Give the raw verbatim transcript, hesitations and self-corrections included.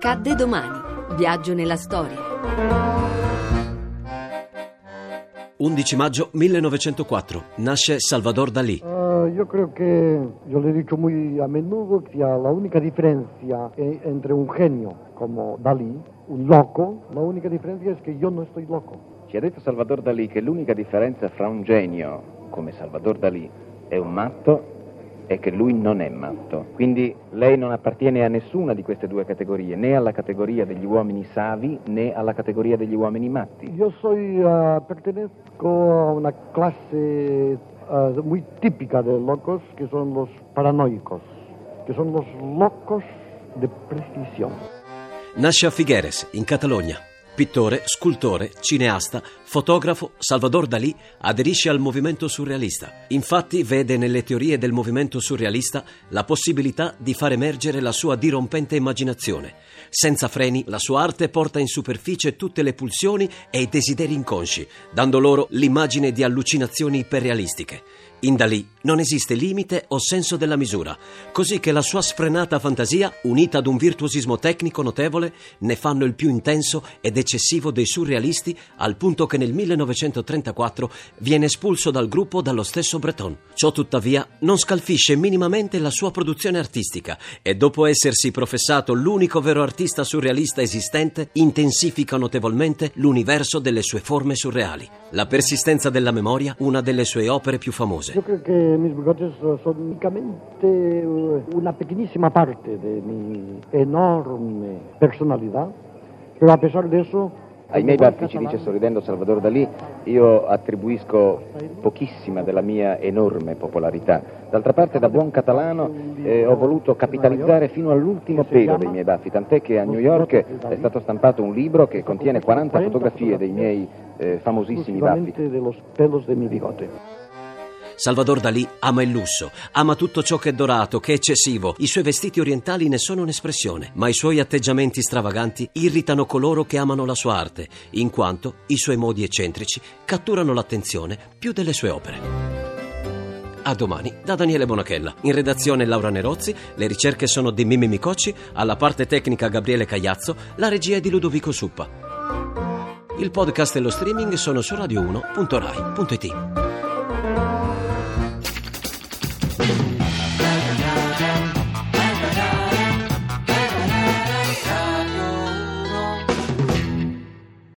Accadde domani. Viaggio nella storia. undici maggio millenovecentoquattro. Nasce Salvador Dalí. Uh, yo creo que, yo le he dicho muy a menudo que la única diferencia entre un genio como Dalí, un loco, la única diferencia es que yo no estoy loco. Ci ha detto Salvador Dalí che l'unica differenza fra un genio come Salvador Dalí e un matto è che lui non è matto. Quindi lei non appartiene a nessuna di queste due categorie, né alla categoria degli uomini savi né alla categoria degli uomini matti. Yo soy, uh, pertenezco a una clase uh, muy típica de locos, que son los paranoicos, que son los locos de precisión. Nasce a Figueres, in Catalogna. Pittore, scultore, cineasta, fotografo, Salvador Dalí aderisce al movimento surrealista. Infatti vede nelle teorie del movimento surrealista la possibilità di far emergere la sua dirompente immaginazione. Senza freni, la sua arte porta in superficie tutte le pulsioni e i desideri inconsci, dando loro l'immagine di allucinazioni iperrealistiche. In Dalí non esiste limite o senso della misura, così che la sua sfrenata fantasia, unita ad un virtuosismo tecnico notevole, ne fanno il più intenso ed eccessivo dei surrealisti, al punto che nel millenovecentotrentaquattro viene espulso dal gruppo dallo stesso Breton. Ciò tuttavia non scalfisce minimamente la sua produzione artistica e dopo essersi professato l'unico vero artista surrealista esistente, intensifica notevolmente l'universo delle sue forme surreali. La persistenza della memoria, una delle sue opere più famose. Yo creo que mis bigotes son únicamente una pequeñísima parte de mi enorme personalidad, pero a pesar de eso... Ai miei baffi, ci dice sorridendo Salvador Dalí, io attribuisco pochissima della mia enorme popolarità. D'altra parte, da buon catalano, eh, ho voluto capitalizzare fino all'ultimo pelo dei miei baffi, tant'è che a New York è stato stampato un libro che contiene quaranta fotografie dei miei eh, famosissimi baffi. de los pelos de mi bigote. Salvador Dalí ama il lusso, ama tutto ciò che è dorato, che è eccessivo. I suoi vestiti orientali ne sono un'espressione, ma i suoi atteggiamenti stravaganti irritano coloro che amano la sua arte, in quanto i suoi modi eccentrici catturano l'attenzione più delle sue opere. A domani da Daniele Bonachella. In redazione Laura Nerozzi, le ricerche sono di Mimmi Micocci, alla parte tecnica Gabriele Cagliazzo, la regia è di Ludovico Suppa. Il podcast e lo streaming sono su radio uno punto rai punto it.